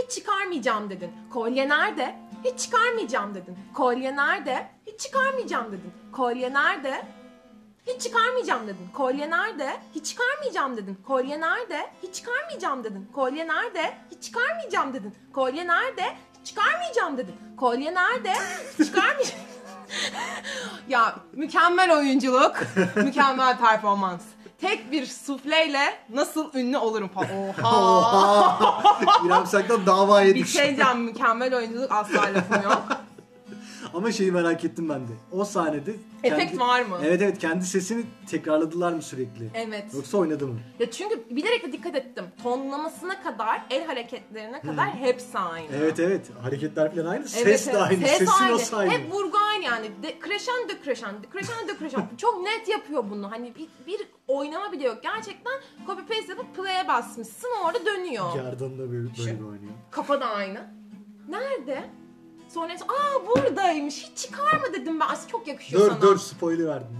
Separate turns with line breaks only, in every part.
Hiç çıkarmayacağım dedin. Kolye nerede? Hiç çıkarmayacağım dedin. Kolye nerede? Hiç çıkarmayacağım dedin. Kolye nerede? Hiç çıkarmayacağım dedin. Kolye nerede? Hiç çıkarmayacağım dedin. Kolye nerede? Hiç çıkarmayacağım dedin. Kolye nerede? Hiç çıkarmayacağım dedin. Kolye nerede? Hiç çıkarmayacağım dedin. Kolye nerede? Hiç çıkarmayacağım. Ya mükemmel oyunculuk, mükemmel performans. Tek bir sufleyle nasıl ünlü olurum falan. Oha!
İrem Sak'tan davaya
Bir
düştü.
şey diyeceğim, mükemmel oyunculuk, asla lafım yok.
Ama şeyi merak ettim ben de. O sahnede
Efekt var mı?
Evet kendi sesini tekrarladılar mı sürekli?
Evet.
Yoksa oynadı mı?
Ya çünkü bilerek de dikkat ettim. Tonlamasına kadar, el hareketlerine kadar hepsi aynı.
Evet. Hareketler falan aynı.
Evet,
Ses de aynı.
Ses
Sesin
aynı.
nasıl aynı?
Hep vurgu aynı yani. Crescendo. Çok net yapıyor bunu. Hani bir oynama bile yok. Gerçekten copy paste yapıp play'e basmışsın, orada dönüyor.
Yardan da böyle bir oynuyor.
Kafa da aynı. Nerede? Sonra buradaymış. Hiç çıkarma dedim ben. Aslında çok yakışıyor sana.
Dur spoiler verdim.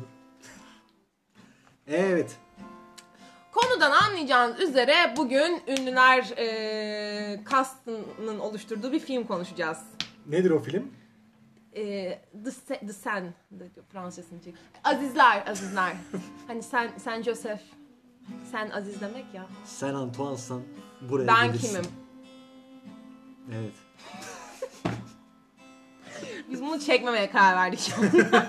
Evet.
Konudan anlayacağınız üzere bugün ünlüler castının oluşturduğu bir film konuşacağız.
Nedir o film?
The Sen, Fransızcasını çek. Azizler. Hani sen Joseph, sen Aziz demek ya.
Sen Antoine'san buraya
Ben
gelirsin.
kimim?
Evet.
Biz bunu çekmemeye karar verdik şu anda.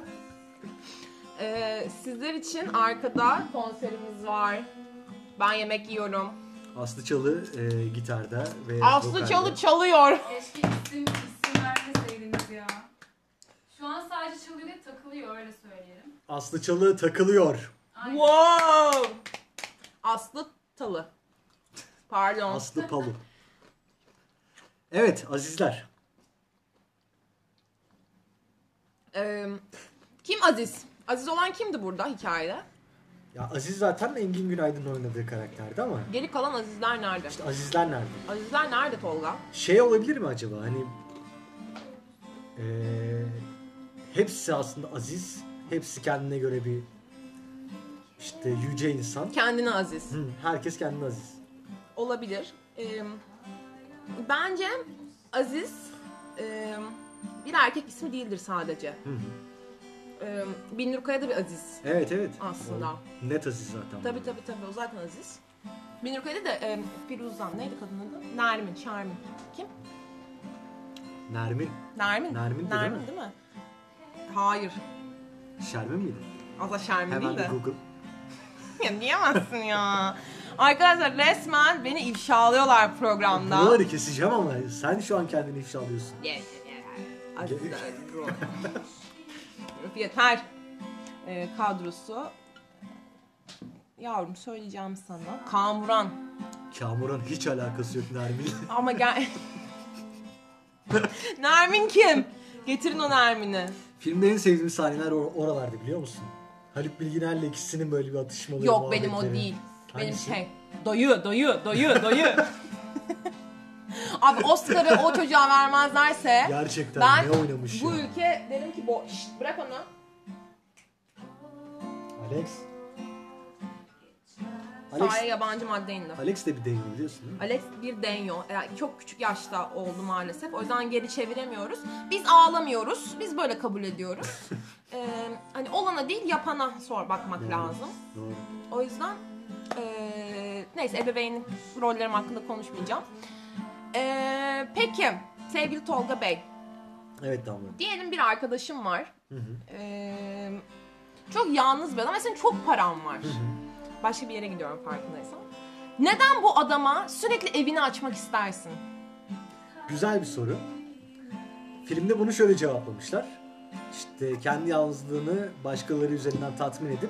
Sizler için arkada konserimiz var. Ben yemek yiyorum.
Aslı Çalı gitarda ve
Aslı
vokalde.
Çalı çalıyor.
Keşke isim vermeseydiniz ya. Şu an sadece çalıyor ve takılıyor, öyle söyleyelim.
Aslı Çalı takılıyor.
Aynen.
Wow! Aslı Talı. Pardon.
Aslı Palu. Evet azizler.
Kim Aziz? Aziz olan kimdi burada hikayede?
Ya Aziz zaten Engin Günaydın'ın oynadığı karakterdi ama
Geri kalan Azizler nerede?
işte azizler nerede?
Azizler nerede Tolga?
Şey olabilir mi acaba hani hepsi aslında aziz, hepsi kendine göre bir işte yüce insan.
Kendine Aziz.
Herkes kendine aziz.
Olabilir. Bence Aziz bir erkek ismi değildir sadece. Binnur Kaya da bir Aziz.
Evet.
Aslında.
O net aziz zaten.
Tabii o zaten Aziz. Binnur Kaya'da da Firuzan, neydi kadının adı? Nermin, Şermin. Kim?
Nermin.
Nermin değil mi? Hayır.
Şermin miydi?
Asla Şermin
Hemen
değil de.
Google.
Ya diyemezsin ya. Arkadaşlar resmen beni ifşalıyorlar programda.
Buraları keseceğim ama sen şu an kendini ifşalıyorsun.
Yeter. Kadrosu. Yavrum söyleyeceğim sana. Kamuran.
Kamuran hiç alakası yok Nermin'le.
Ama gel... Nermin kim? Getirin o Nermin'i.
Filmde en sevdiğim sahneler oralardı biliyor musun? Haluk Bilginer'le ikisinin böyle bir atışmaları.
Yok benim o
muhabbetleri.
değil.
Hangisi?
Benim dayı. Abi Oscar'ı o çocuğa vermezlerse
Gerçekten
ben
ne oynamış
bu
ya.
ülke derim ki şşt, bırak onu. Sahaya yabancı madde indi.
Alex de bir deneyim biliyorsun değil mi?
Alex bir denyo. Yani çok küçük yaşta oldu maalesef. O yüzden geri çeviremiyoruz. Biz ağlamıyoruz. Biz böyle kabul ediyoruz. Hani olana değil yapana bakmak lazım.
Doğru.
O yüzden neyse ebeveynlik rollerim hakkında konuşmayacağım. Peki sevgili Tolga Bey.
Evet Damla.
Diyelim bir arkadaşım var. Çok yalnız bir adam ve senin çok paran var. Başka bir yere gidiyorum farkındaysan. Neden bu adama sürekli evini açmak istersin?
Güzel bir soru. Filmde bunu şöyle cevaplamışlar. İşte kendi yalnızlığını başkaları üzerinden tatmin edip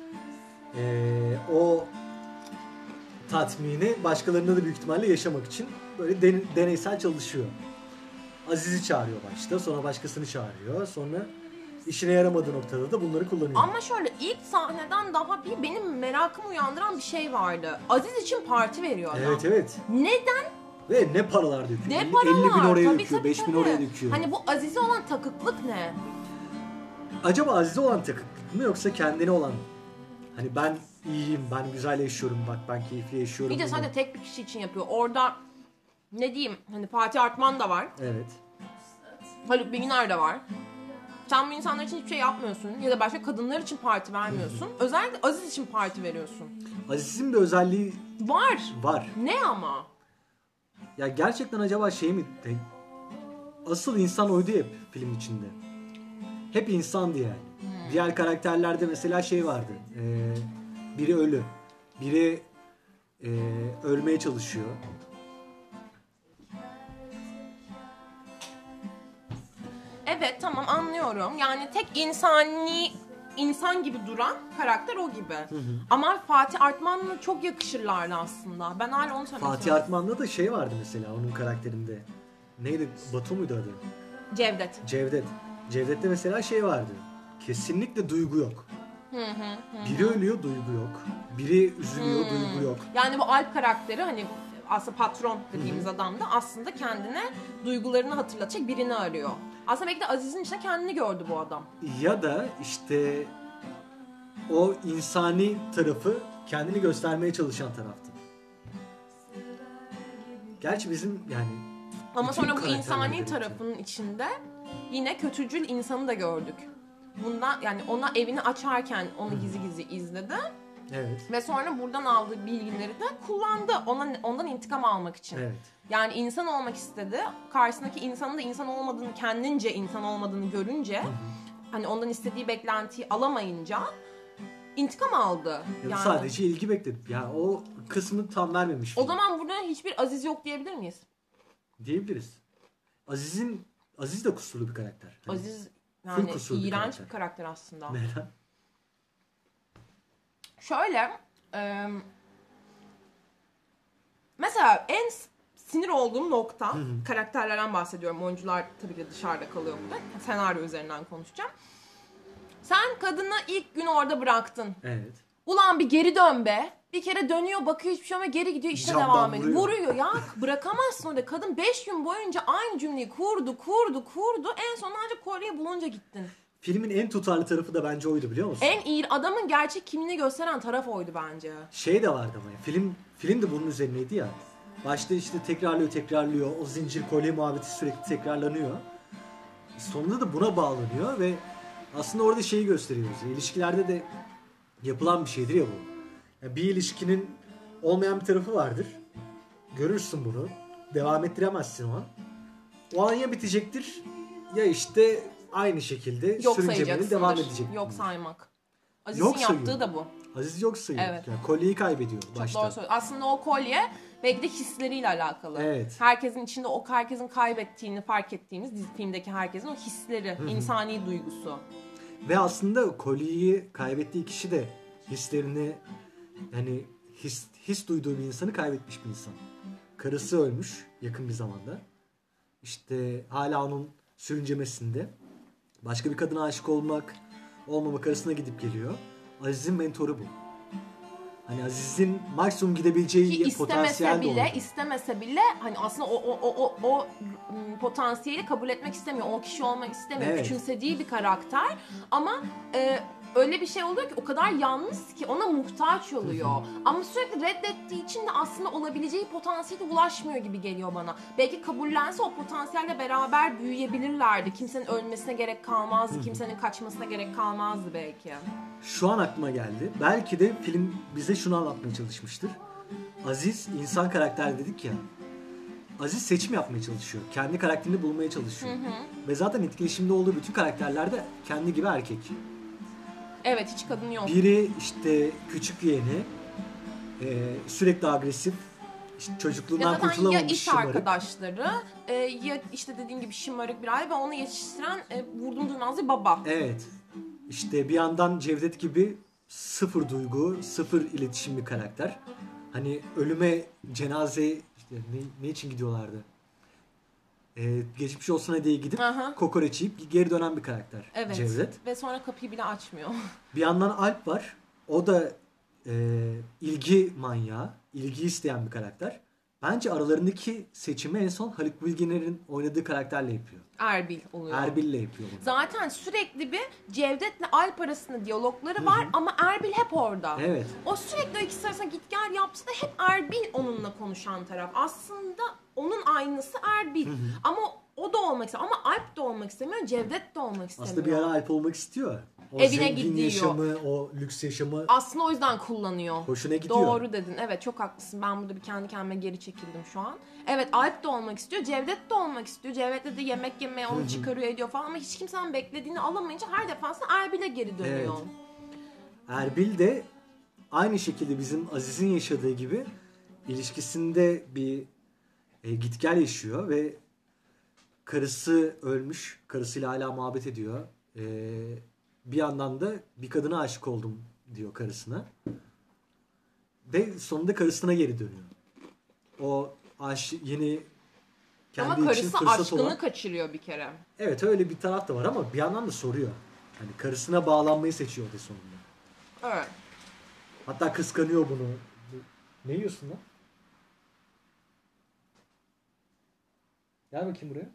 o tatmini başkalarında da büyük ihtimalle yaşamak için böyle deneysel çalışıyor. Aziz'i çağırıyor başta, sonra başkasını çağırıyor, sonra işine yaramadığı noktada da bunları kullanıyor.
Ama şöyle ilk sahneden daha benim merakımı uyandıran bir şey vardı. Aziz için parti veriyor adam.
Evet.
Neden?
Ve ne paralar döküyor.
Ne paralar?
50 bin oraya
Tabii,
döküyor, 5 bin oraya döküyor.
Hani bu Aziz'e olan takıklık ne?
Acaba Aziz'e olan takıklık mı yoksa kendine olan? Hani ben iyiyim, ben güzel yaşıyorum, bak ben keyifli yaşıyorum.
Bir de sadece tek bir kişi için yapıyor. Orada ne diyeyim, hani Fatih Artman da var.
Evet.
Haluk Bilginer de var. Sen bu insanlar için hiçbir şey yapmıyorsun ya da başka kadınlar için parti vermiyorsun. Özellikle Aziz için parti veriyorsun.
Aziz'in bir özelliği var.
Ne ama?
Ya gerçekten acaba şey mi? Asıl insan oydu hep film içinde. Hep insandı yani. Diğer karakterlerde mesela şey vardı. Biri ölü. Biri ölmeye çalışıyor.
Evet, tamam, anlıyorum. Yani tek insan gibi duran karakter o gibi. Ama Fatih Artman'la çok yakışırlardı aslında. Ben hala onu söylemek
Fatih Artman'da da şey vardı mesela onun karakterinde. Neydi? Batu muydu adı?
Cevdet.
Cevdet'te mesela şey vardı. Kesinlikle duygu yok. Biri ölüyor, duygu yok. Biri üzülüyor, duygu yok.
Yani bu Alp karakteri, hani aslında patron dediğimiz adam da aslında kendine duygularını hatırlatacak birini arıyor. Aslında belki de Aziz'in içinde kendini gördü bu adam.
Ya da işte o insani tarafı kendini göstermeye çalışan taraftı. Gerçi bizim yani...
Ama sonra bu
karakterler
insani
gerekli.
tarafının içinde yine kötücül insanı da gördük. Bundan, yani ona evini açarken onu gizli gizli izledi.
Evet.
Ve sonra buradan aldığı bilgileri de kullandı. Ondan intikam almak için.
Evet.
Yani insan olmak istedi. Karşısındaki insanın da insan olmadığını, kendince insan olmadığını görünce, hani ondan istediği beklentiyi alamayınca intikam aldı.
Ya sadece ilgi bekledim. Ya o kısmı tam vermemiş.
O zaman burada hiçbir Aziz yok diyebilir miyiz?
Diyebiliriz. Aziz de kusurlu bir karakter. Yani
Aziz yani
kusurlu bir
iğrenç bir karakter aslında.
Neden?
Şöyle, mesela en sinir olduğum nokta, karakterlerden bahsediyorum. Oyuncular tabii ki de dışarıda kalıyor burada. Senaryo üzerinden konuşacağım. Sen kadını ilk gün orada bıraktın.
Evet.
Ulan bir geri dön be. Bir kere dönüyor, bakıyor, hiçbir şey olmuyor, geri gidiyor, işe
Camdan
devam ediyor.
vuruyor.
Vuruyor ya, bırakamazsın orada. Kadın 5 gün boyunca aynı cümleyi kurdu. En son ancak kolyeyi bulunca gittin.
Filmin en tutarlı tarafı da bence oydu, biliyor musun?
En iyi, adamın gerçek kimliğini gösteren taraf oydu bence.
Şey de vardı ama ya, film de bunun üzerineydi ya. Başta işte tekrarlıyor. O zincir kolye muhabbeti sürekli tekrarlanıyor. Sonunda da buna bağlanıyor ve aslında orada şeyi gösteriyoruz. İlişkilerde de yapılan bir şeydir ya bu. Yani bir ilişkinin olmayan bir tarafı vardır. Görürsün bunu. Devam ettiremezsin o an. O an ya bitecektir ya işte aynı şekilde
Yok
sürüncemenin devam edecek.
sayacaksındır. Yok saymak. Aziz'in
Yok sayıyor.
yaptığı da bu.
Aziz yok sayıyor.
Evet.
Yani kolyeyi kaybediyor
Çok
başta.
doğru söylüyorsun. Aslında o kolye belki de hisleriyle alakalı.
Evet.
Herkesin içinde herkesin kaybettiğini fark ettiğimiz filmdeki herkesin o hisleri, insani duygusu.
Ve aslında kolyeyi kaybettiği kişi de hislerini, yani his duyduğu bir insanı kaybetmiş bir insan. Karısı ölmüş yakın bir zamanda. İşte hala onun sürüncemesinde. Başka bir kadına aşık olmamak arasına gidip geliyor. Aziz'in mentoru bu. Hani Aziz'in maksimum gidebileceği
Ki
potansiyel de oldu.
istemese bile hani aslında o potansiyeli kabul etmek istemiyor. O kişi olmak istemiyor.
Evet.
Küçümsediği bir karakter ama öyle bir şey oluyor ki o kadar yalnız ki ona muhtaç oluyor. Ama sürekli reddettiği için de aslında olabileceği potansiyele ulaşmıyor gibi geliyor bana. Belki kabullense o potansiyelle beraber büyüyebilirlerdi. Kimsenin ölmesine gerek kalmazdı. Kimsenin kaçmasına gerek kalmazdı belki.
Şu an aklıma geldi. Belki de film bize şunu anlatmaya çalışmıştır. Aziz insan karakter dedik ya. Aziz seçim yapmaya çalışıyor. Kendi karakterini bulmaya çalışıyor. Ve zaten etkileşimde olduğu bütün karakterler de kendi gibi erkek.
Evet, hiç kadın yok.
Biri işte küçük yeğeni, sürekli agresif, işte
Ya
çocukluğundan
zaten ya
kurtulamamış
iş
şımarık.
arkadaşları ya işte dediğin gibi şımarık bir aile ve onu yetiştiren vurdum duymaz bir baba.
Evet. İşte bir yandan Cevdet gibi sıfır duygu, sıfır iletişim bir karakter. Hani ölüme, cenazeye işte ne için gidiyorlardı? Geçmiş olsun diye gidip
Aha.
kokoreç yiyip geri dönen bir karakter
Evet.
Cevdet.
Ve sonra kapıyı bile açmıyor.
Bir yandan Alp var. O da ilgi manyağı, ilgi isteyen bir karakter. Bence aralarındaki seçimi en son Haluk Bilginer'in oynadığı karakterle yapıyor.
Erbil oluyor.
Erbil'le yapıyor bunu.
Zaten sürekli bir Cevdet'le Alp arasında diyalogları var ama Erbil hep orada.
Evet.
O sürekli o ikisi arasında git gel yapsa da hep Erbil onunla konuşan taraf. Aslında onun aynısı Erbil. Ama o da olmak istemiyor. Ama Alp de olmak istemiyor, Cevdet de olmak istemiyor.
Aslında bir ara Alp olmak istiyor. O
Evine
zengin
gidiyor.
yaşamı, o lüks yaşamı
Aslında o yüzden kullanıyor.
hoşuna gidiyor.
Doğru dedin. Evet, çok haklısın. Ben burada bir kendi kendime geri çekildim şu an. Evet, Alp de olmak istiyor. Cevdet de olmak istiyor. Cevdet'le de yemek yemeye onu çıkarıyor ediyor falan. Ama hiç kimsenin beklediğini alamayınca her defasında Erbil'e geri dönüyor.
Evet. Erbil de aynı şekilde bizim Aziz'in yaşadığı gibi ilişkisinde bir git gel yaşıyor ve karısı ölmüş. Karısıyla hala muhabbet ediyor. Bir yandan da bir kadına aşık oldum diyor karısına. Ve sonunda karısına geri dönüyor. O yeni kendi
Ama
için
karısı
fırsat
aşkını
olan...
kaçırıyor bir kere.
Evet, öyle bir taraf da var ama bir yandan da soruyor. Hani karısına bağlanmayı seçiyor de sonunda.
Evet.
Hatta kıskanıyor bunu. Ne yiyorsun lan? Gel bakayım buraya.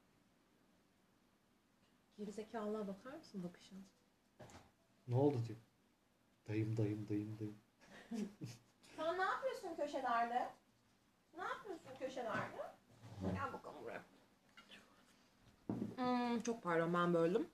Gerizekalığa bakar mısın bakışına?
Ne oldu diyor. Dayım.
Sen ne yapıyorsun köşelerde? Ne yapıyorsun köşelerde? Gel bakalım buraya. Çok pardon, ben böldüm.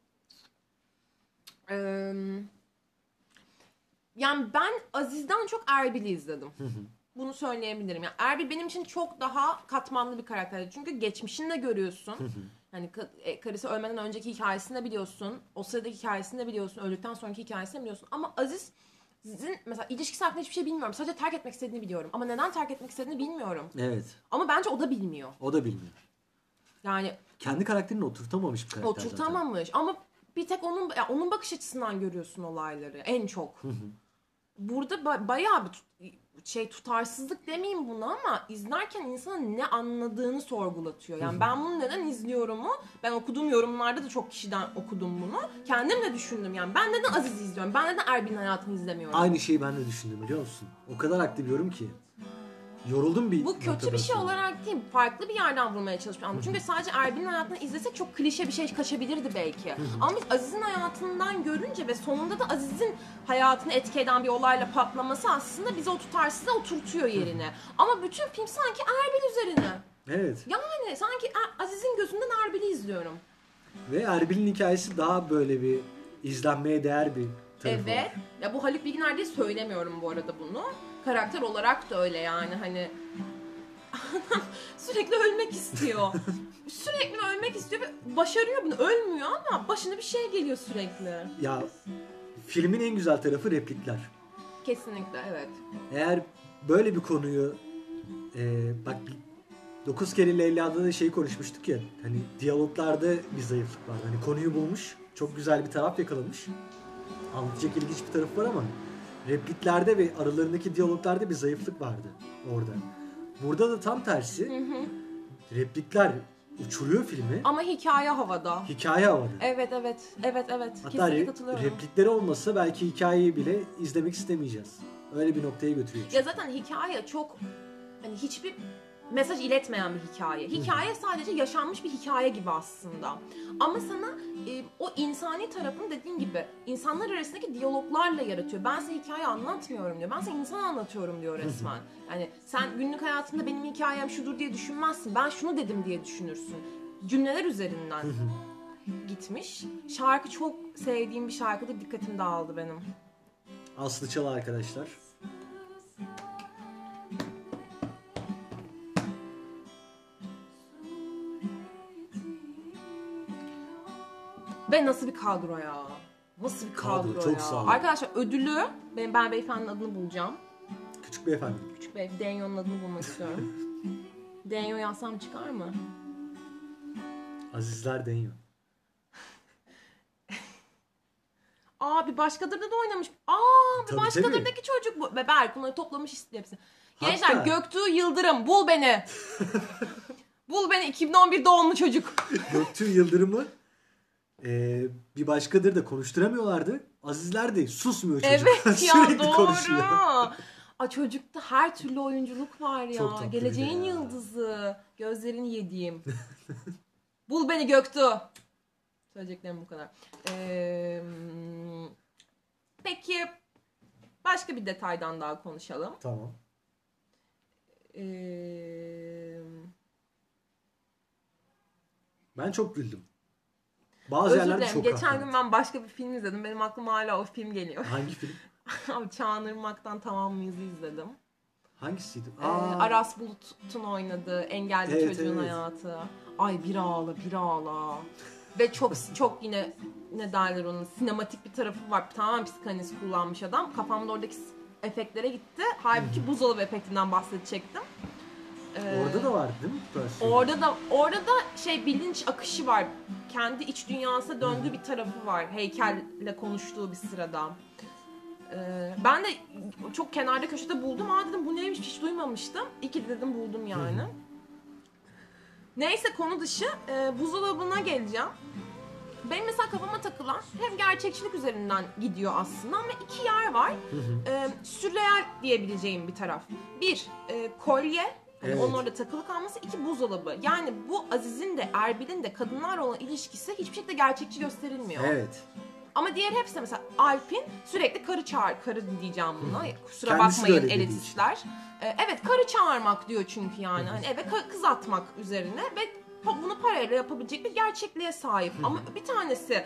Yani ben Aziz'den çok Erbil'i izledim. Bunu söyleyebilirim. Yani Erbil benim için çok daha katmanlı bir karakterdi. Çünkü geçmişini de görüyorsun. Hani karısı ölmeden önceki hikayesini de biliyorsun. O sıradaki hikayesini de biliyorsun. Öldükten sonraki hikayesini de biliyorsun. Ama Aziz'in mesela ilişkisi hakkında hiçbir şey bilmiyorum. Sadece terk etmek istediğini biliyorum. Ama neden terk etmek istediğini bilmiyorum.
Evet.
Ama bence o da bilmiyor.
O da bilmiyor.
Yani
Kendi karakterini oturtamamış bir karakter
oturtamamış. Ama bir tek onun bakış açısından görüyorsun olayları en çok. Burada bayağı bir tutarsızlık demeyeyim buna ama izlerken insanın ne anladığını sorgulatıyor. Yani ben bunu neden izliyorumu, ben okuduğum yorumlarda da çok kişiden okudum bunu. Kendim de düşündüm yani. Ben neden Aziz'i izliyorum? Ben neden Erbil'in hayatını izlemiyorum?
Aynı şeyi ben de düşündüm, biliyor musun? O kadar haklı diyorum ki. Yoruldum bir
Bu kötü bir şey olarak değil, farklı bir yerden vurmaya çalışıyorum. Çünkü sadece Erbil'in hayatını izlesek çok klişe bir şey kaçabilirdi belki. Ama biz Aziz'in hayatından görünce ve sonunda da Aziz'in hayatını etki eden bir olayla patlaması aslında bizi o tutarsıza oturtuyor yerine. Ama bütün film sanki Erbil üzerine.
Evet.
Yani sanki Aziz'in gözünden Erbil'i izliyorum.
Ve Erbil'in hikayesi daha böyle bir izlenmeye değer bir tarafı
Evet.
var.
Ya bu Haluk Bilginer diye söylemiyorum bu arada bunu. Karakter olarak da öyle yani hani sürekli ölmek istiyor. Sürekli ölmek istiyor ve başarıyor bunu. Ölmüyor ama başına bir şey geliyor sürekli.
Ya filmin en güzel tarafı replikler.
Kesinlikle evet.
Eğer böyle bir konuyu bak 9 kere Leyla'da da şey konuşmuştuk ya, hani diyaloglarda bir zayıflık var. Hani konuyu bulmuş, çok güzel bir taraf yakalamış. Anlatacak ilginç bir tarafı var ama repliklerde ve aralarındaki diyaloglarda bir zayıflık vardı orada. Burada da tam tersi. Replikler uçuruyor filmi.
Ama hikaye havada.
Hikaye havada.
Evet.
Hatta
Kesinlikle katılıyorum.
replikleri olmasa belki hikayeyi bile izlemek istemeyeceğiz. Öyle bir noktaya götürüyor.
Ya zaten hikaye çok hani hiçbir mesaj iletmeyen bir hikaye. Hikaye sadece yaşanmış bir hikaye gibi aslında. Ama sana o insani tarafını dediğin gibi insanlar arasındaki diyaloglarla yaratıyor. Ben size hikaye anlatmıyorum diyor. Ben size insan anlatıyorum diyor resmen. Yani sen günlük hayatında benim hikayem şudur diye düşünmezsin. Ben şunu dedim diye düşünürsün. Cümleler üzerinden gitmiş. Şarkı çok sevdiğim bir şarkıdır. Dikkatim dağıldı benim.
Aslı Çal arkadaşlar.
Ve nasıl bir kadro ya? Nasıl bir kadro,
Kadro, çok
ya?
sağlam.
Arkadaşlar ödülü ben beyefendinin adını bulacağım.
Küçük beyefendi.
Küçük bey, Denyo'nun adını bulmak istiyorum. Denyo yazsam çıkar mı?
Azizler deniyor.
Bir Başkadır'da da oynamış. Bir
Tabii,
Başkadır'daki çocuk bu. Ve Berk bunları toplamış hepsini. Gençler
Hatta-
Göktuğ Yıldırım bul beni. Bul beni 2011 doğumlu çocuk.
Göktuğ Yıldırım'ı bir başkadır da konuşturamıyorlardı. Azizler de susmuyor çocuk.
Evet ya
Sürekli
doğru.
konuşuyor.
Çocukta her türlü oyunculuk var ya.
Çok tatlı bir de
Geleceğin
ya.
yıldızı. Gözlerini yediğim. Bul beni Göktuğ. Söyleyeceklerim bu kadar. Peki başka bir detaydan daha konuşalım.
Tamam. Ben çok güldüm. Bazı
Özür
yerlerde
dilerim.
çok
Geçen
kahkaha.
gün ben başka bir film izledim. Benim aklıma hala o film geliyor.
Hangi film?
Abi Çağınırmak'tan Tamam mıyız'ı izledim.
Hangisiydi?
Aras Bulut'un oynadığı Engelli
Evet,
Çocuğun
evet.
Hayatı. Ay bir ağla. Ve çok yine ne derler onun sinematik bir tarafı var. Tamamen psikanaliz kullanmış adam. Kafamda oradaki efektlere gitti. Halbuki buzdolabı efektinden bahsedecektim.
Orada da vardı değil mi? bu tarz şeyler?
Orada da bilinç akışı var. Kendi iç dünyasına döndüğü bir tarafı var. Heykelle konuştuğu bir sırada. Ben de çok kenarda köşede buldum. Dedim bu neymiş hiç duymamıştım. İyi ki dedim buldum yani. Neyse konu dışı buzdolabına geleceğim. Benim mesela kafama takılan hem gerçekçilik üzerinden gidiyor aslında ama iki yer var. Sürreal diyebileceğim bir taraf. Bir, kolye. Hani
Evet.
onun orada takılı kalması. İki, buzdolabı. Yani bu Aziz'in de Erbil'in de kadınlarla olan ilişkisi hiçbir şekilde gerçekçi gösterilmiyor.
Evet.
Ama diğer hepsi mesela Alp'in sürekli karı diyeceğim buna. Kusura
Kendisi de
bakmayın
öyle dediği
elitistler. Evet karı çağırmak diyor çünkü yani. Hani eve kız atmak üzerine ve bunu parayla yapabilecek bir gerçekliğe sahip. Ama bir tanesi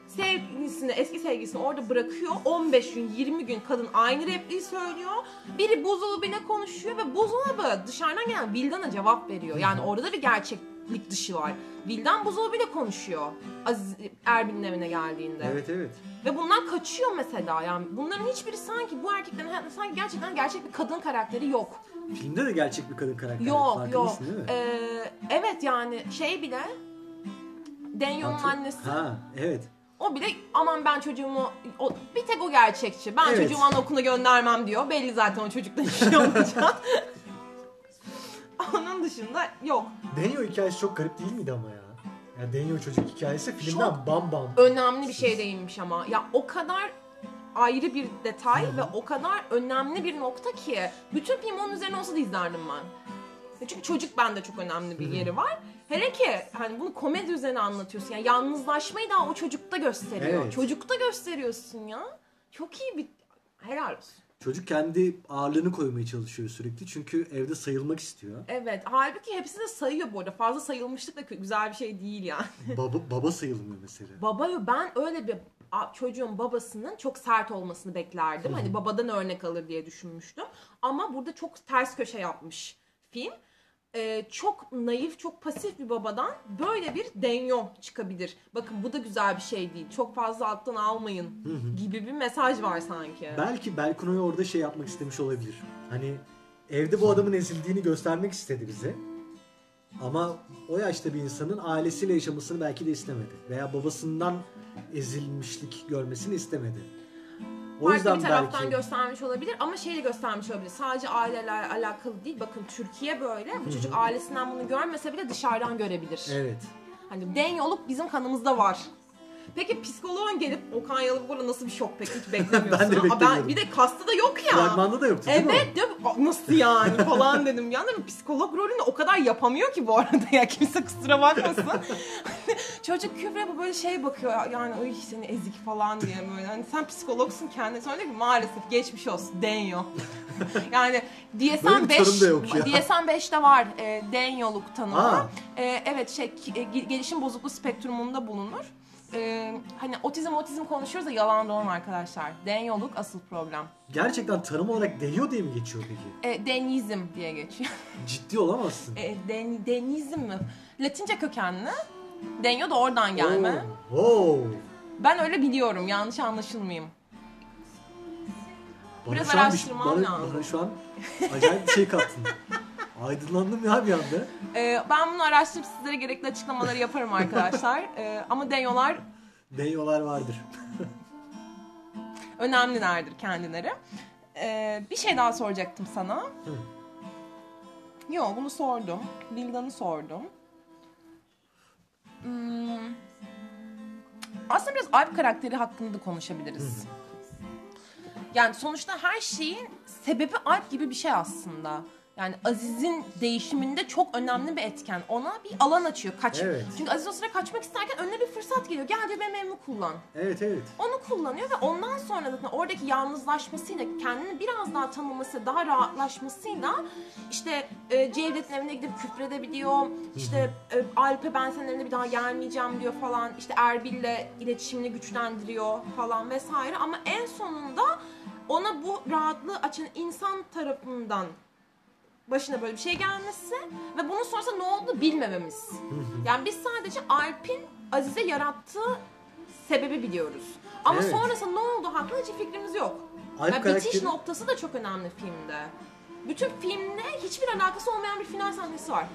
eski sevgilisini orada bırakıyor. 15 gün, 20 gün kadın aynı repliği söylüyor. Biri buzdolabıyla konuşuyor ve buzdolabı dışarıdan gelen Vildan'a cevap veriyor. Yani orada da bir gerçeklik dışı var. Vildan buzdolabıyla konuşuyor Aziz Erbil'in evine geldiğinde.
Evet.
Ve bundan kaçıyor mesela. Yani bunların hiçbiri sanki bu erkeklerin hayatında sanki gerçekten gerçek bir kadın karakteri yok.
Filmde de gerçek bir kadın karakteri.
Yok.
Farkındasın değil mi?
Evet yani bile Denyo'nun annesi.
Evet.
O bile aman ben çocuğumu bir tek o gerçekçi. Ben
Evet.
çocuğumu anaokuluna göndermem diyor. Belli zaten o çocuktan hiçbir şey olmayacak. Onun dışında yok.
Denyo hikayesi çok garip değil miydi ama ya? Ya Denyo çocuk hikayesi filmden
Çok
bam.
Önemli bir şey değilmiş ama. Ya o kadar ayrı bir detay ve o kadar önemli bir nokta ki bütün film onun üzerine olsa da izlerdim ben. Çünkü çocuk bende çok önemli bir yeri var. Hele ki hani bunu komedi üzerine anlatıyorsun. Yani yalnızlaşmayı daha o çocukta gösteriyor.
Evet.
Çocukta gösteriyorsun ya. Çok iyi bir helal olsun.
Çocuk kendi ağırlığını koymaya çalışıyor sürekli. Çünkü evde sayılmak istiyor.
Evet. Halbuki hepsi de sayıyor bu arada. Fazla sayılmışlık da güzel bir şey değil yani.
Baba sayılmıyor mesela.
Ben öyle bir çocuğun babasının çok sert olmasını beklerdim. Hani babadan örnek alır diye düşünmüştüm. Ama burada çok ters köşe yapmış film. Çok naif, çok pasif bir babadan böyle bir denyo çıkabilir. Bakın bu da güzel bir şey değil. Çok fazla alttan almayın gibi bir mesaj var sanki.
Belki Belkuno'yu orada yapmak istemiş olabilir. Hani evde bu adamın ezildiğini göstermek istedi bize. Ama o yaşta bir insanın ailesiyle yaşamasını belki de istemedi. Veya babasından ezilmişlik görmesini istemedi. O
Farklı
yüzden
bir taraftan
belki
göstermiş olabilir ama de göstermiş olabilir. Sadece ailelerle alakalı değil. Bakın Türkiye böyle. Bu çocuk ailesinden bunu görmese bile dışarıdan görebilir.
evet.
Hani denyoluk bizim kanımızda var. Peki psikoloğun gelip Okan Yalınburg'a nasıl bir şok peki hiç beklemiyorsun.
Ben de beklemiyordum.
Bir de kasta da yok ya.
Fragmanda da yoktu değil mi?
Evet diyor nasıl yani falan dedim. Yani psikolog rolünü o kadar yapamıyor ki bu arada ya kimse kusura bakmasın. Çocuk küfre bu böyle bakıyor yani ay seni ezik falan diye böyle. Hani sen psikologsun kendine. Sonra diyor ki maalesef geçmiş olsun denyo. Yani
Böyle
DSM
bir tanım da yok
5
ya.
DSM 5'te var denyoluk tanımı.
Aa.
Evet gelişim bozukluğu spektrumunda bulunur. Hani otizm konuşuyoruz da yalan dolan arkadaşlar. Denyoluk asıl problem.
Gerçekten tanım olarak Denyo diye mi geçiyor peki?
Denizm diye geçiyor.
Ciddi olamazsın.
Denizm mi? Latince kökenli. Denyo da oradan gelme.
Oo.
Ben öyle biliyorum. Yanlış anlaşılmayayım. Biraz
şu an
araştırmam lazım.
Bana şu an acayip bir şey kattın. Aydınlandım ya bir anda.
Ben bunu araştırıp sizlere gerekli açıklamaları yaparım arkadaşlar. Ama denyolar
Denyolar vardır.
önemlilerdir kendileri. Bir şey daha soracaktım sana. Yok bunu sordum. Vildan'ı sordum. Aslında biraz Alp karakteri hakkında da konuşabiliriz. Yani sonuçta her şeyin sebebi Alp gibi bir şey aslında. Yani Aziz'in değişiminde çok önemli bir etken. Ona bir alan açıyor.
Evet.
Çünkü Aziz o sıra kaçmak isterken önüne bir fırsat geliyor. Gel diyor benim evimi kullan.
Evet.
Onu kullanıyor ve ondan sonra zaten oradaki yalnızlaşmasıyla, kendini biraz daha tanıması, daha rahatlaşmasıyla işte Cevdet'in evine gidip küfredebiliyor. İşte Alp'e ben senin evine bir daha gelmeyeceğim diyor falan. İşte Erbil'le iletişimini güçlendiriyor falan vesaire. Ama en sonunda ona bu rahatlığı açan insan tarafından başına böyle bir şey gelmesi ve bunun sonrasında ne oldu bilmememiz. Yani biz sadece Alp'in Aziz'e yarattığı sebebi biliyoruz. Ama
Evet.
sonrasında ne oldu hakkında hiç fikrimiz yok.
Alp
Yani bitiş
karakteri-
noktası da çok önemli filmde. Bütün filmle hiçbir alakası olmayan bir final sahnesi var.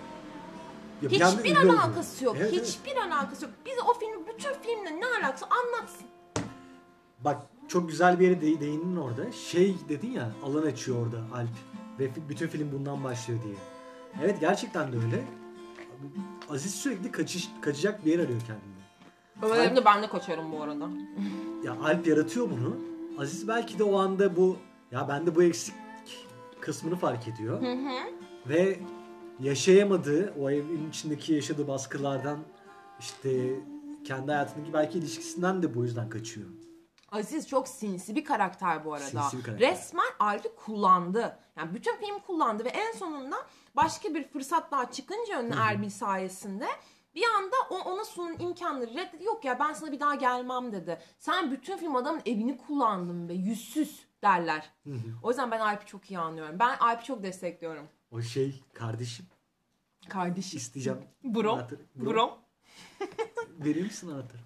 Ya bir anda
Hiçbir
ünlü oldu.
alakası yok.
Evet, evet.
Hiçbir alakası yok. Bize o filmin bütün filmle ne alakası anlatsın.
Bak çok güzel bir yere değindin orada. Şey dedin ya, alan açıyor orada Alp. Ve bütün film bundan başlıyor diye. Evet, gerçekten de öyle. Aziz sürekli kaçacak bir yer arıyor kendine.
Öyle ben de kaçarım bu arada.
Ya Alp yaratıyor bunu. Aziz belki de o anda bu, ya bende bu eksik kısmını fark ediyor. Ve yaşayamadığı, o evin içindeki yaşadığı baskılardan, işte kendi hayatındaki belki ilişkisinden de bu yüzden kaçıyor.
Aziz çok sinsi bir karakter bu arada.
Sinsi bir karakter.
Resmen Alp'i kullandı. Yani bütün film kullandı ve en sonunda başka bir fırsat daha çıkınca önüne Erbil sayesinde bir anda ona sunulan imkanları reddedi. Yok ya ben sana bir daha gelmem dedi. Sen bütün film adamın evini kullandın be, yüzsüz derler. O yüzden ben Alp'i çok iyi anlıyorum. Ben Alp'i çok destekliyorum.
O şey, kardeşim
Kardeşim.
isteyeceğim.
Bro.
Anahtarı.
Bro.
Verir misin anahtarı?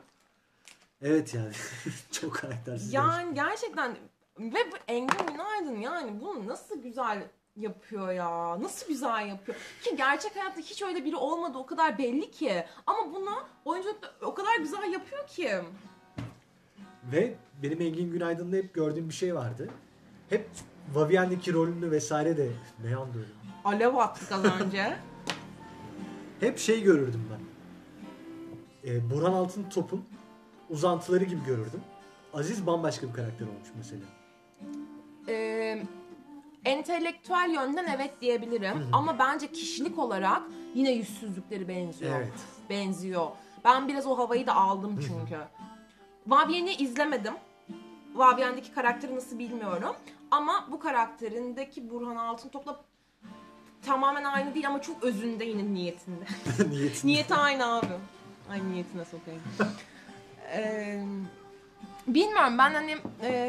Evet yani. Çok karaktersiz.
Yani gerçekten ve bu Engin Günaydın yani bunu nasıl güzel yapıyor ya. Nasıl güzel yapıyor. Ki gerçek hayatta hiç öyle biri olmadı o kadar belli ki. Ama bunu oyunculukta o kadar güzel yapıyor ki.
Ve benim Engin Günaydın'da hep gördüğüm bir şey vardı. Hep Vivienne'deki rolünü vesaire de beğendim.
Alev attık az önce.
Hep şey görürdüm ben. Burhan Altıntop'un uzantıları gibi görürdüm. Aziz bambaşka bir karakter olmuş mesela.
Entelektüel yönden evet diyebilirim. Ama bence kişilik olarak yine yüzsüzlükleri benziyor.
Evet.
Benziyor. Ben biraz o havayı da aldım çünkü. Vivienne'i izlemedim. Vivienne'deki karakteri nasıl bilmiyorum. Ama bu karakterindeki Burhan Altıntop'la tamamen aynı değil ama çok özünde yine niyetinde. Niyeti aynı abi. Ay niyetine sokayım. Bilmiyorum ben hani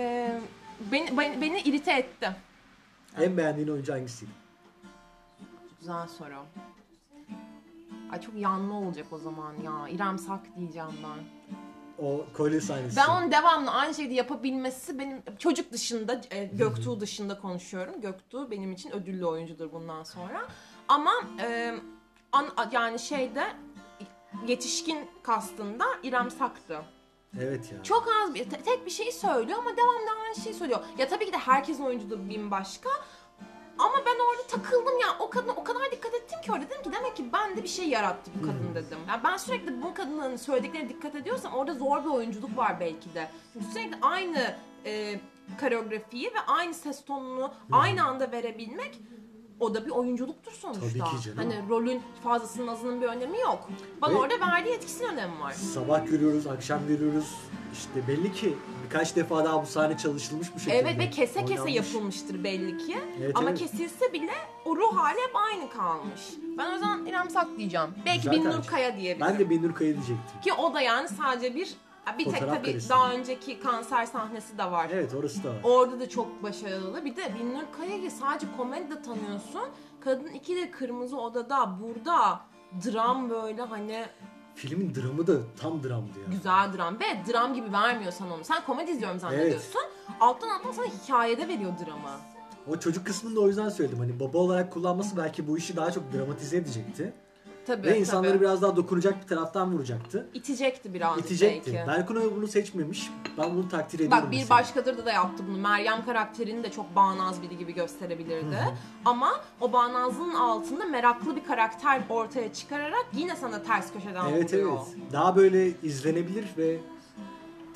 beni irite etti.
En beğendiğin oyuncu hangisiydi?
Güzel soru. Ay çok yanlı olacak o zaman ya. İrem Sak diyeceğim ben.
O kolye sahnesi.
Ben onun devamlı aynı şeyi yapabilmesi benim çocuk dışında, Göktuğ dışında konuşuyorum. Göktuğ benim için ödüllü oyuncudur bundan sonra. Ama yani şeyde yetişkin kastında İrem Sak'tı.
Evet ya.
Çok az bir tek bir şeyi söylüyor ama devamlı aynı şeyi söylüyor. Ya tabii ki de herkesin oyunculuğu bin başka. Ama ben orada takıldım ya. O kadına o kadar dikkat ettim ki orada dedim ki demek ki ben de bir şey yarattı bu kadın dedim. Yani ben sürekli bu kadının söylediklerine dikkat ediyorsam orada zor bir oyunculuk var belki de. Çünkü sürekli aynı koreografiyi ve aynı ses tonunu aynı anda verebilmek o da bir oyunculuktur sonuçta.
Tabii ki canım.
Hani rolün fazlasının azının bir önemi yok. Bana
Ve
orada verdiği etkisinin önemi var.
sabah görüyoruz, akşam görüyoruz. İşte belli ki birkaç defa daha bu sahne çalışılmış bu şekilde.
Evet ve kese kese
oynanmış.
yapılmıştır belli ki.
Evet,
Ama
evet.
kesilse bile o ruh hali hep aynı kalmış. Ben o yüzden İrem Sak diyeceğim. Belki
Güzel
Binnur
tercih.
Kaya diyebilirim.
Ben de Binnur Kaya diyecektim.
Ki o da yani sadece bir tek
Fotoğraf
tabii
karesi.
daha önceki kanser sahnesi de var.
Evet, orası da var.
Orada da çok başarılı. Bir de Binnur Kaya'yı sadece komedide tanıyorsun. Kadın 2'de Kırmızı Oda'da, burada dram böyle hani
Filmin dramı da tam dramdı ya.
güzel dram. Ve dram gibi vermiyor sana onu. Sen komedi izliyorum zannediyorsun. Alttan sana hikayede veriyor dramı.
O çocuk kısmını da o yüzden söyledim. Hani baba olarak kullanması belki bu işi daha çok dramatize edecekti.
Tabii,
Ve insanları
tabii.
biraz daha dokunacak bir taraftan vuracaktı.
İtecekti birazcık
İtecekti.
belki.
Berkun bunu seçmemiş. Ben bunu takdir ediyorum.
Bak bir
mesela.
başkadır da yaptı bunu. Meryem karakterini de çok bağnaz biri gibi gösterebilirdi. Ama o bağnazlığın altında meraklı bir karakter ortaya çıkararak yine sana ters köşeden
Evet
vuruyor.
evet. Daha böyle izlenebilir ve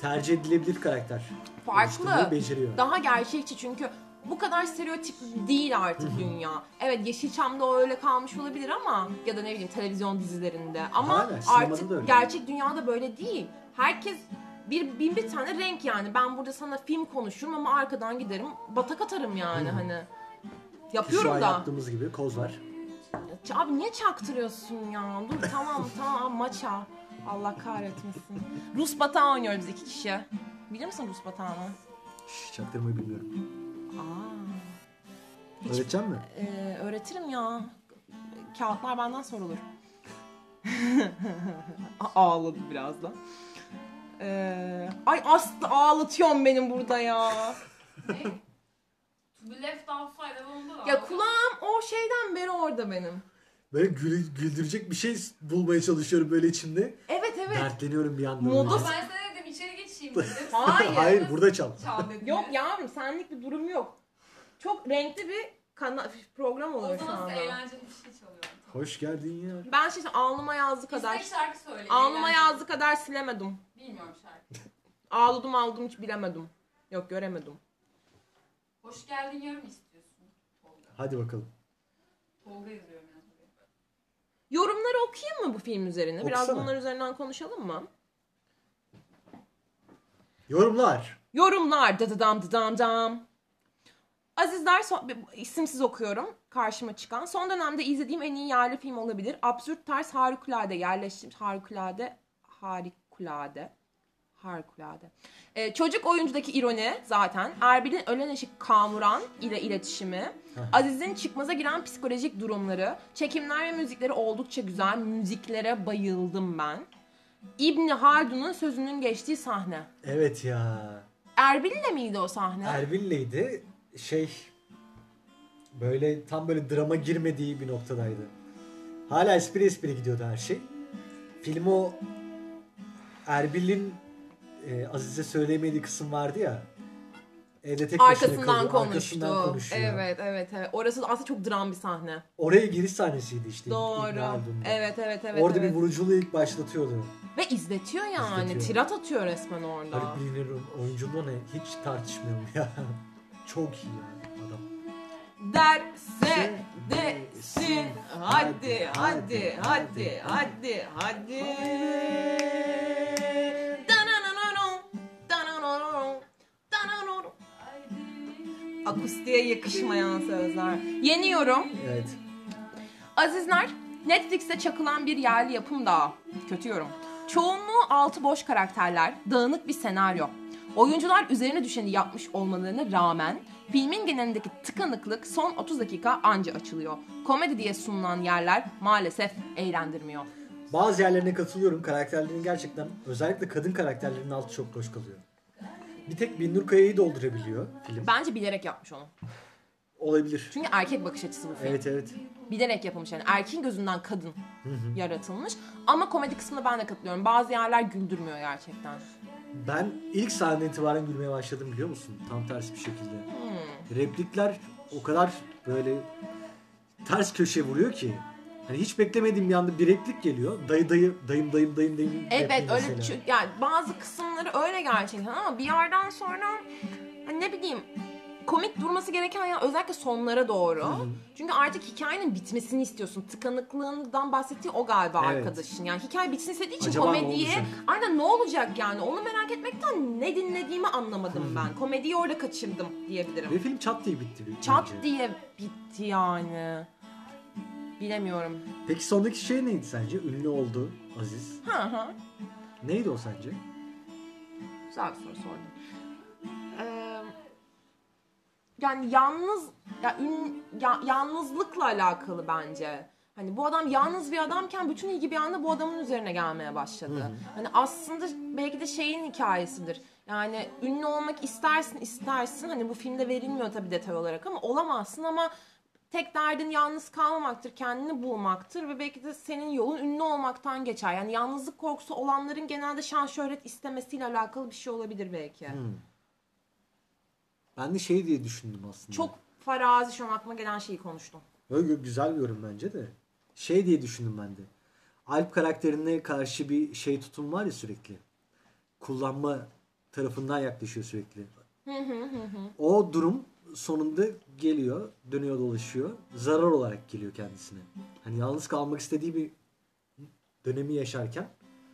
tercih edilebilir karakter.
Farklı.
oluşturmayı beceriyor.
Daha gerçekçi çünkü bu kadar stereotip değil artık dünya. Evet, Yeşilçam'da öyle kalmış olabilir ama ya da ne bileyim televizyon dizilerinde. Ama
Hala, sinemada da
artık
öyle.
gerçek dünyada böyle değil. Herkes bir tane renk yani. Ben burada sana film konuşurum ama arkadan giderim batak atarım yani hani.
Ki
Yapıyorum
şu an
da.
yaptığımız gibi koz var.
Abi niye çaktırıyorsun ya? Dur tamam maça. Allah kahretmesin. Rus batağı oynuyoruz biz 2 kişi. Biliyor musun Rus batağını?
Çaktırmayı bilmiyorum.
Hiç-
Öğretecek mi?
Öğretirim ya. Kağıtlar benden sorulur. Ağladı biraz da. Ay Aslı ağlatıyorsun benim burada ya.
Ne? To be left outside alanında da.
Ya kulağım o şeyden beri orada benim.
Böyle güldürecek bir şey bulmaya çalışıyorum böyle içimde.
Evet.
Dertleniyorum bir yandan.
Moda-
Ama ben sana dedim içeri geçeyim dedim.
Hayır.
Hayır, burada çal.
Çal dedim.
Yok yavrum senlik bir durum yok. Çok renkli bir program
O
oluyor şu
zaman
anda.
size eğlenceli bir şey çalıyorum.
Hoş geldin ya.
Ben şimdi alnıma yazdı kadar.
İstek şarkı söyle.
Alnıma
eğlenceli.
yazdı kadar silemedim.
Bilmiyorum şarkı.
Ağladım hiç bilemedim. Yok göremedim.
Hoş geldin yarım istiyorsun. Tolga.
Hadi bakalım.
Tolga yazıyorum yani.
Yorumları okuyayım mı bu film üzerine? Biraz
Okusana.
bunlar üzerinden konuşalım mı?
Yorumlar.
Yorumlar. Dam. Azizler, isimsiz okuyorum. Karşıma çıkan. Son dönemde izlediğim en iyi yerli film olabilir. Absürt tarz harikulade yerleştirmiş. Harikulade. Çocuk oyuncudaki ironi zaten. Erbil'in ölen eşi Kamuran ile iletişimi. Aziz'in çıkmaza giren psikolojik durumları. Çekimler ve müzikleri oldukça güzel. Müziklere bayıldım ben. İbni Haldun'un sözünün geçtiği sahne.
Evet ya.
Erbil'le miydi o sahne?
Erbil'leydi. Böyle tam böyle drama girmediği bir noktadaydı. Hala espri gidiyordu her şey. Film o Erbil'in Aziz'e söyleyemediği kısım vardı ya. Evde tek başına kalıyor,
Arkasından konuşuyor. Evet. Orası aslında çok dram bir sahne.
Oraya giriş sahnesiydi işte. İbn
Doğru.
Haldun'da.
Evet.
Orada bir
evet.
vuruculuğu ilk başlatıyordu.
Ve izletiyor yani.
İzletiyor.
Tirat atıyor resmen orada.
Haluk Bilginer'in oyunculuğu hiç tartışmıyorum ya. Çok iyi ya adam.
Derse desin. Hadi. Akustiğe yakışmayan sözler. Yeniyorum.
Evet.
Azizler, Netflix'te çakılan bir yerli yapım daha. Kötü yorum. Çoğunluğu altı boş karakterler, dağınık bir senaryo. Oyuncular üzerine düşeni yapmış olmalarına rağmen filmin genelindeki tıkanıklık son 30 dakika anca açılıyor. Komedi diye sunulan yerler maalesef eğlendirmiyor.
Bazı yerlerine katılıyorum. Karakterlerin gerçekten, özellikle kadın karakterlerin altı çok boş kalıyor. Bir tek Binnur Kaya'yı doldurabiliyor film.
Bence bilerek yapmış onu.
Olabilir.
Çünkü erkek bakış açısı bu film.
Evet.
Bilerek yapılmış yani. Erkeğin gözünden kadın yaratılmış. Ama komedi kısmında ben de katılıyorum. Bazı yerler güldürmüyor gerçekten.
Ben ilk sahneden itibaren gülmeye başladım, biliyor musun? Tam tersi bir şekilde. Replikler o kadar böyle ters köşe vuruyor ki. Hani hiç beklemediğim bir anda bir replik geliyor. Dayım.
Evet
repliği
öyle
mesela.
yani bazı kısımları öyle gerçekten ama bir yerden sonra hani ne bileyim komik durması gereken ya özellikle sonlara doğru. Çünkü artık hikayenin bitmesini istiyorsun. Tıkanıklığından bahsettiği o galiba
Evet.
arkadaşın. Yani hikaye bitsin istediği için
Acaba ne
komediye
olacak?
aynen ne olacak yani onu merak etmekten ne dinlediğimi anlamadım ben. Komediyi orada kaçırdım diyebilirim.
Ve film çat diye bitti.
Çat
bence.
diye bitti yani. Bilemiyorum.
Peki sondaki şey neydi sence? Ünlü oldu Aziz.
Ha.
Neydi o sence?
Güzel bir soru sordun. Yani yalnızlıkla alakalı bence. Hani bu adam yalnız bir adamken bütün ilgi bir anda bu adamın üzerine gelmeye başladı. Hani aslında belki de şeyin hikayesidir. Yani ünlü olmak istersin. Hani bu filmde verilmiyor tabii detay olarak ama olamazsın ama tek derdin yalnız kalmamaktır, kendini bulmaktır ve belki de senin yolun ünlü olmaktan geçer. Yani yalnızlık korkusu olanların genelde şan şöhret istemesiyle alakalı bir şey olabilir belki.
Ben de şey diye düşündüm aslında.
Çok farazi şu an aklıma gelen şeyi konuştum.
Öyle güzel bir yorum bence de. Şey diye düşündüm ben de. Alp karakterine karşı bir şey tutum var ya sürekli. Kullanma tarafından yaklaşıyor sürekli. O durum sonunda geliyor, dönüyor dolaşıyor. Zarar olarak geliyor kendisine. Hani yalnız kalmak istediği bir dönemi yaşarken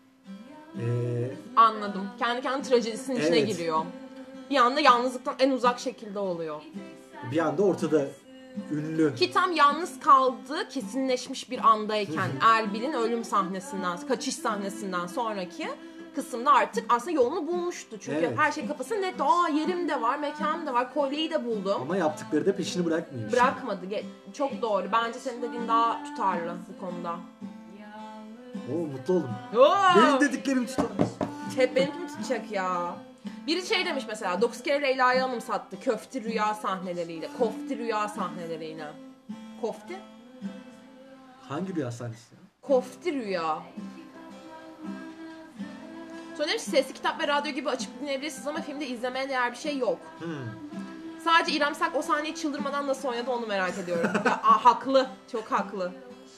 Anladım. Kendi trajedisinin içine
Evet.
giriyor. Bir anda yalnızlıktan en uzak şekilde oluyor.
bir anda ortada ünlü.
Ki tam yalnız kaldığı kesinleşmiş bir andayken Erbil'in ölüm sahnesinden, kaçış sahnesinden sonraki kısımda artık aslında yolunu bulmuştu. Çünkü
Evet.
her şey kafasında net. Yerim de var, mekanım da var, kolyeyi de buldum.
Ama yaptıkları da peşini bırakmıyor.
Bırakmadı. Çok doğru. Bence senin dediğin daha tutarlı bu konuda.
Oo, mutlu oldum.
Oo!
Benim dediklerim tutar.
Hep benimki mi tutacak ya? Biri şey demiş mesela, 9 kere Leyla'yı anımsattı. Köfti rüya sahneleriyle. Kofti rüya sahneleriyle. Kofti?
Hangi rüya sahnesi ya?
Kofti rüya. Sonra demiş sesli kitap ve radyo gibi açıp dinleyebilirsiniz ama filmde izlemeye değer bir şey yok. Sadece İrem Sak o sahneyi çıldırmadan nasıl oynadı onu merak ediyorum. Haklı. Çok haklı.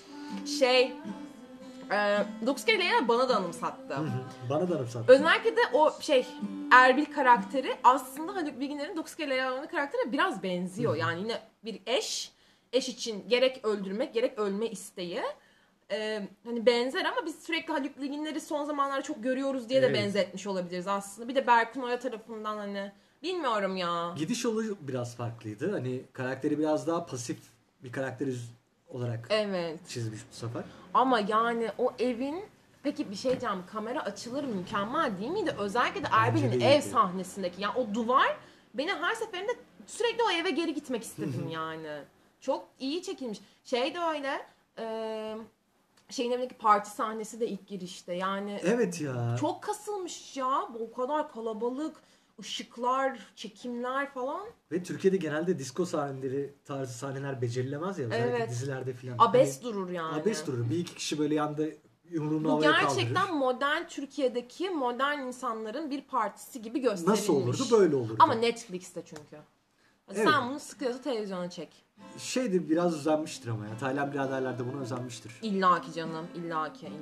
9 kere Leyla bana da anımsattı.
Bana da anımsat.
Özellikle de o Erbil karakteri aslında Haluk Bilginer'in 9 kere Leyla'nın karakterine biraz benziyor. Yani yine bir eş için gerek öldürmek gerek ölme isteği. Hani benzer ama biz sürekli Haluk Bilginer'i son zamanlarda çok görüyoruz diye de
Evet.
benzetmiş olabiliriz aslında. Bir de Berkun Oya tarafından hani bilmiyorum ya.
Gidiş yolu biraz farklıydı. Hani karakteri biraz daha pasif bir karakter olarak
Evet.
çizmiş bu sefer.
Ama yani o evin peki bir şey diyeceğim, kamera açıları mükemmel değil miydi? Özellikle de Erbil'in
de
ev
iyiydi.
sahnesindeki yani o duvar beni her seferinde sürekli o eve geri gitmek istedim yani. Çok iyi çekilmiş. Şey de öyle şeyin evindeki parti sahnesi de ilk girişte yani
Evet ya.
çok kasılmış ya, o kadar kalabalık, ışıklar, çekimler falan.
Ve Türkiye'de genelde disco sahneleri tarzı sahneler becerilemez ya. Özellikle
Evet.
dizilerde filan.
Abes durur yani.
Abes durur. Bir iki kişi böyle yanda yumruğunu
Bu
havaya
gerçekten
kaldırır.
modern Türkiye'deki modern insanların bir partisi gibi gösterilmiş.
Nasıl olurdu böyle olurdu.
Ama Netflix'te çünkü.
Evet.
Sen bunu sıkıyorsa televizyona çek.
Şeydir biraz özenmiştir ama ya. Taylan biraderler de buna özenmiştir.
İlla ki canım. İlla ki.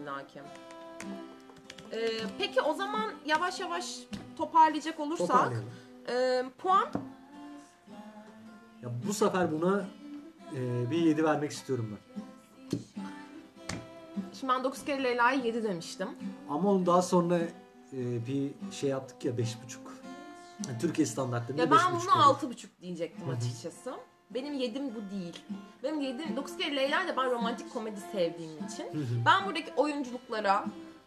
Peki o zaman yavaş yavaş toparlayacak olursak.
Toparlayalım.
Puan?
Ya bu sefer buna bir 7 vermek istiyorum ben.
Şimdi ben 9 kere Leyla'ya 7 demiştim.
Ama onu daha sonra bir şey yaptık ya 5,5. Yani Türkiye standartlarında 5,5.
Ya ben buna
olur.
6,5 diyecektim açıkçası. Benim 7'm bu değil. Benim 7'm 9 kere Leyla da ben romantik komedi sevdiğim için. Ben buradaki oyunculuklara,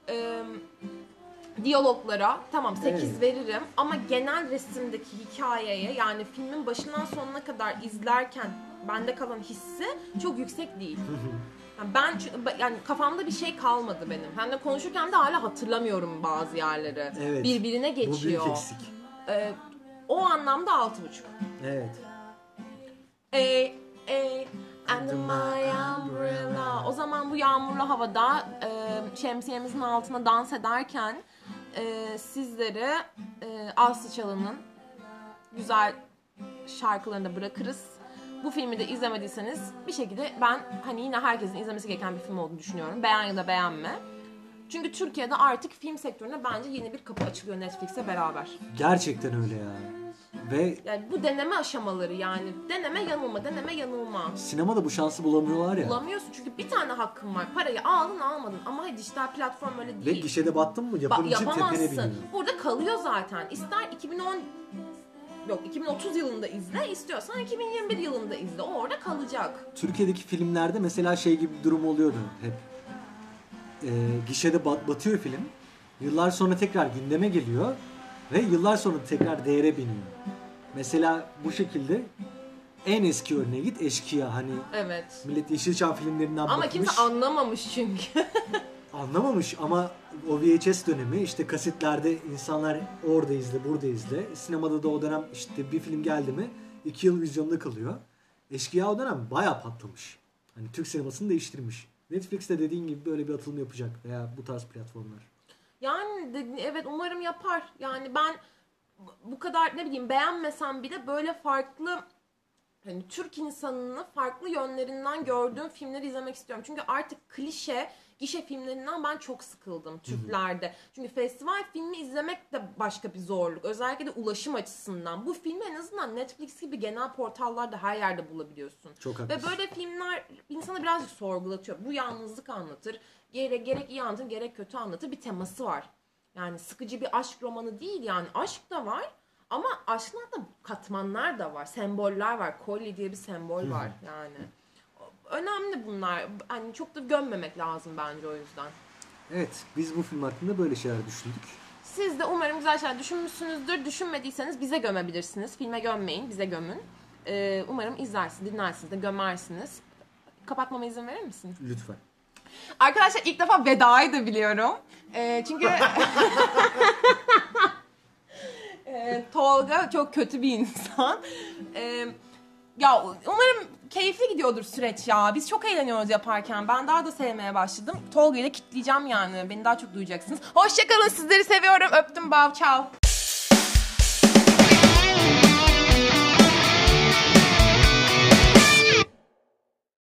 diyaloglara tamam 8
Evet.
veririm ama genel resimdeki hikayeye yani filmin başından sonuna kadar izlerken bende kalan hissi çok yüksek değil. Yani kafamda bir şey kalmadı benim. Hem de konuşurken de hala hatırlamıyorum bazı yerleri.
Evet.
Birbirine
Bu büyük
geçiyor.
eksik.
O anlamda 6,5.
Evet.
Under my umbrella. O zaman bu yağmurlu havada şemsiyemizin altına dans ederken sizleri Aslı Çalı'nın güzel şarkılarını bırakırız. Bu filmi de izlemediyseniz bir şekilde ben hani yine herkesin izlemesi gereken bir film olduğunu düşünüyorum. Beğen ya da beğenme. Çünkü Türkiye'de artık film sektörüne bence yeni bir kapı açılıyor Netflix'e beraber.
Gerçekten öyle ya. Ve
Yani bu deneme aşamaları yani. Deneme yanılma.
sinemada bu şansı bulamıyorlar ya.
Bulamıyorsun çünkü bir tane hakkın var. Parayı aldın almadın ama dijital platform öyle
Ve
değil.
gişede battın mı yapımcı tepene biniyor.
Yapamazsın. Burada kalıyor zaten. İster 2030 yılında izle, istiyorsan 2021 yılında izle. O orada kalacak.
Türkiye'deki filmlerde mesela şey gibi bir durum oluyordu hep. Gişede batıyor film. Yıllar sonra tekrar gündeme geliyor. Ve yıllar sonra tekrar değere biniyor. Mesela bu şekilde en eski örneğe git Eşkıya. Hani
Evet.
millet Yeşilçam filmlerinden
Ama
bakmış.
kimse anlamamış çünkü.
Anlamamış ama o VHS dönemi işte kasetlerde insanlar orada izle burada izle. Sinemada da o dönem işte bir film geldi mi 2 yıl vizyonda kalıyor. Eşkıya o dönem bayağı patlamış. Hani Türk sinemasını değiştirmiş. Netflix'te dediğin gibi böyle bir atılım yapacak veya bu tarz platformlar.
Yani evet umarım yapar. Yani ben bu kadar ne bileyim beğenmesem bile böyle farklı hani Türk insanını farklı yönlerinden gördüğüm filmleri izlemek istiyorum. Çünkü artık klişe gişe filmlerinden ben çok sıkıldım Türklerde. Çünkü festival filmi izlemek de başka bir zorluk. Özellikle de ulaşım açısından. Bu filmi en azından Netflix gibi genel portallarda her yerde bulabiliyorsun.
Çok
Ve
haklısın.
böyle filmler insanı birazcık sorgulatıyor. Bu yalnızlık anlatır. Gerek iyi anlatır, gerek kötü anlatır. Bir teması var. Yani sıkıcı bir aşk romanı değil yani. Aşk da var ama aşklarda katmanlar da var. Semboller var. Kolye diye bir sembol var yani. Önemli bunlar. Hani çok da gömmemek lazım bence o yüzden.
Evet, biz bu film hakkında böyle şeyler düşündük.
Siz de umarım güzel şeyler düşünmüşsünüzdür. Düşünmediyseniz bize gömebilirsiniz. Filme gömmeyin, bize gömün. Umarım izlersiniz, dinlersiniz de gömersiniz. Kapatmama izin verir misin?
Lütfen.
Arkadaşlar ilk defa vedayı da biliyorum. Çünkü Tolga çok kötü bir insan. Ya umarım keyifli gidiyordur süreç ya. Biz çok eğleniyoruz yaparken. Ben daha da sevmeye başladım. Tolga'yı da kitleyeceğim yani. Beni daha çok duyacaksınız. Hoşçakalın. Sizleri seviyorum. Öptüm. Bav. Ciao.